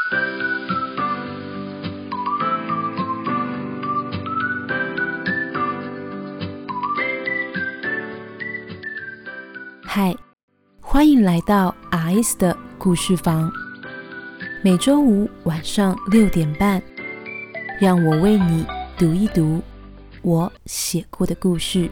嗨，欢迎来到 RS 的故事房，每周五晚上6点半，让我为你读一读我写过的故事。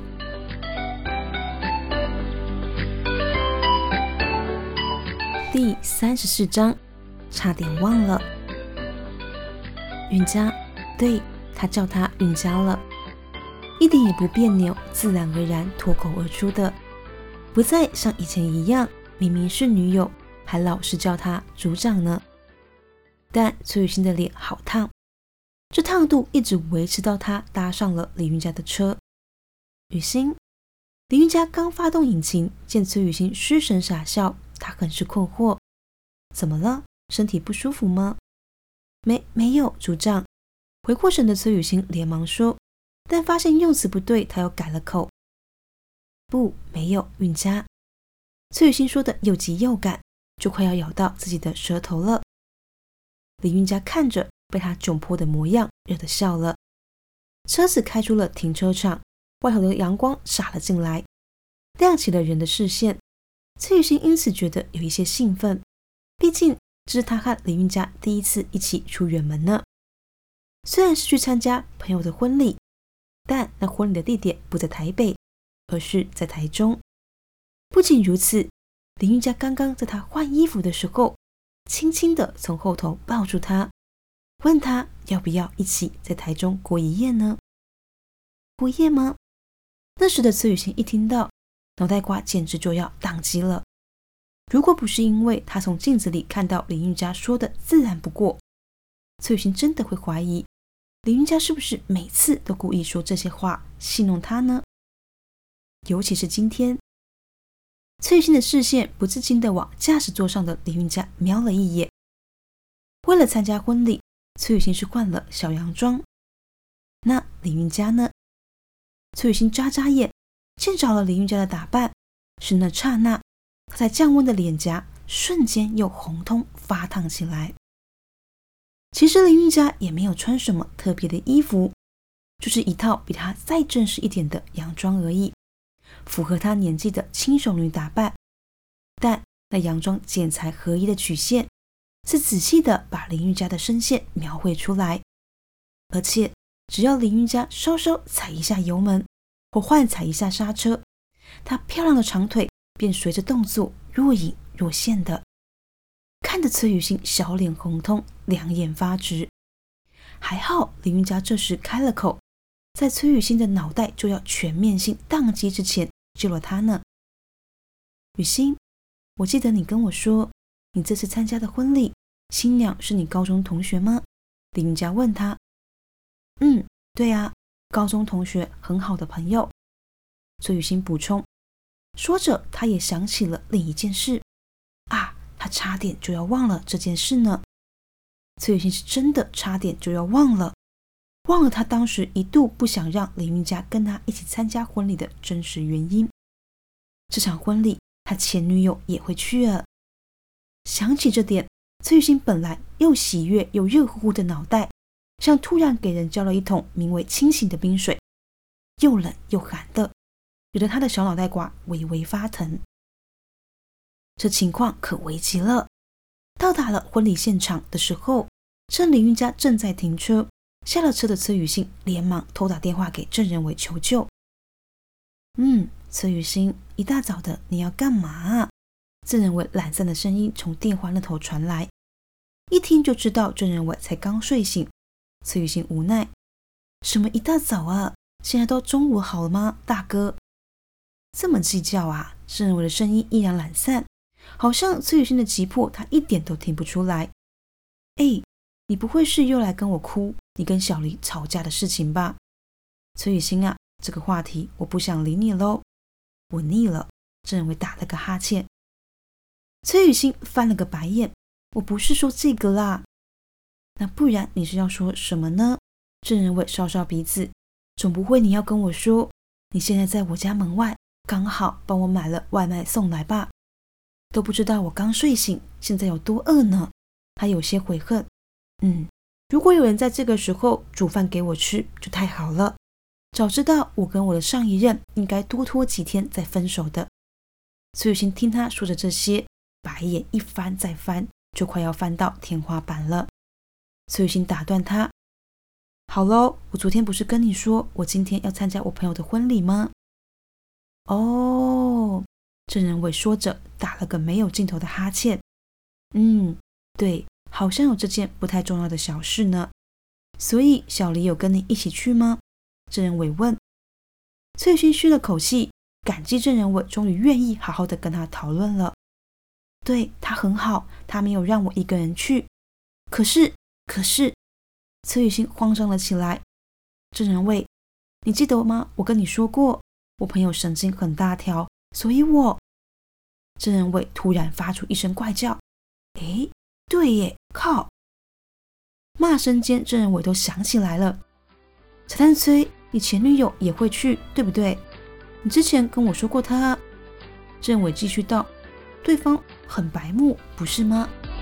第34章，差点忘了。允嘉，对，他叫他允嘉了，一点也不别扭，自然而然脱口而出的，不再像以前一样，明明是女友，还老是叫他组长呢。但崔雨欣的脸好烫，这烫度一直维持到他搭上了李云嘉的车。雨欣，李云嘉刚发动引擎，见崔雨欣失神傻笑，他很是困惑，怎么了？身体不舒服吗？没有，组长。回过神的崔雨欣连忙说，但发现用词不对，他又改了口。不，没有，允嘉。崔雨欣说的又急又赶，就快要咬到自己的舌头了。李允嘉看着被他窘迫的模样，惹得笑了。车子开出了停车场，外头的阳光洒了进来，亮起了人的视线。崔雨欣因此觉得有一些兴奋，毕竟这是他和李允嘉第一次一起出远门呢。虽然是去参加朋友的婚礼，但那婚礼的地点不在台北，而是在台中。不仅如此，李允嘉刚刚在他换衣服的时候，轻轻地从后头抱住他，问他要不要一起在台中过一夜呢？过夜吗？那时的崔雨欣一听到，脑袋瓜简直就要宕机了。如果不是因为他从镜子里看到李允嘉说的自然不过，崔雨欣真的会怀疑李允嘉是不是每次都故意说这些话戏弄他呢？尤其是今天，崔雨欣的视线不自禁地往驾驶座上的李允嘉瞄了一眼。为了参加婚礼，崔雨欣是换了小洋装。那李允嘉呢？崔雨欣眨眨眼，见着了李允嘉的打扮，是那刹那，他才降温的脸颊瞬间又红通发烫起来。其实李允嘉也没有穿什么特别的衣服，就是一套比他再正式一点的洋装而已，符合她年纪的轻熟女打扮。但那洋装剪裁合一的曲线，是仔细的把李允嘉的声线描绘出来。而且只要李允嘉稍稍踩一下油门，或换踩一下刹车，她漂亮的长腿便随着动作若隐若现的，看得崔雨欣小脸红通，两眼发直。还好李允嘉这时开了口，在崔雨欣的脑袋就要全面性宕机之前救了她呢。雨欣，我记得你跟我说，你这次参加的婚礼，新娘是你高中同学吗？李允嘉问她。对啊，高中同学，很好的朋友。崔雨欣补充，说着她也想起了另一件事啊，她差点就要忘了这件事呢。崔雨欣是真的差点就要忘了她当时一度不想让李允嘉跟她一起参加婚礼的真实原因。这场婚礼他前女友也会去了。想起这点，崔雨欣本来又喜悦又热乎乎的脑袋，像突然给人浇了一桶名为清醒的冰水，又冷又寒的，惹得他的小脑袋瓜微微发疼。这情况可危急了。到达了婚礼现场的时候，趁李允嘉正在停车，下了车的崔雨欣连忙偷打电话给郑仁伟求救。崔雨欣，一大早的你要干嘛啊？郑仁伟懒散的声音从电话那头传来，一听就知道郑仁伟才刚睡醒。崔雨欣无奈，什么一大早啊，现在都中午好了吗，大哥？这么计较啊？郑仁伟的声音依然懒散，好像崔雨欣的急迫他一点都听不出来。你不会是又来跟我哭你跟小黎吵架的事情吧？崔雨欣啊，这个话题我不想理你咯，我腻了。郑仁伟打了个哈欠。崔雨欣翻了个白眼，我不是说这个啦。那不然你是要说什么呢？郑仁伟搔搔鼻子，总不会你要跟我说你现在在我家门外，刚好帮我买了外卖送来吧？都不知道我刚睡醒，现在有多饿呢。 他有些悔恨。如果有人在这个时候煮饭给我吃，就太好了。早知道我跟我的上一任应该多拖几天再分手的。崔雨欣听他说着这些，白眼一翻再翻，就快要翻到天花板了。崔雨欣打断他：好咯，我昨天不是跟你说我今天要参加我朋友的婚礼吗？哦，郑仁伟说着打了个没有尽头的哈欠。对，好像有这件不太重要的小事呢。所以小黎有跟你一起去吗？郑仁伟问。崔雨欣吁了口气，感激郑仁伟终于愿意好好的跟他讨论了。对，他很好，他没有让我一个人去。可是，崔雨欣慌张了起来。郑仁伟，你记得吗？我跟你说过，我朋友神经很大条，所以我……郑仁伟突然发出一声怪叫。对耶，靠！骂声间，郑仁伟都想起来了。彩蛋崔，你前女友也会去，对不对？你之前跟我说过她。郑仁伟继续道，对方很白目，不是吗？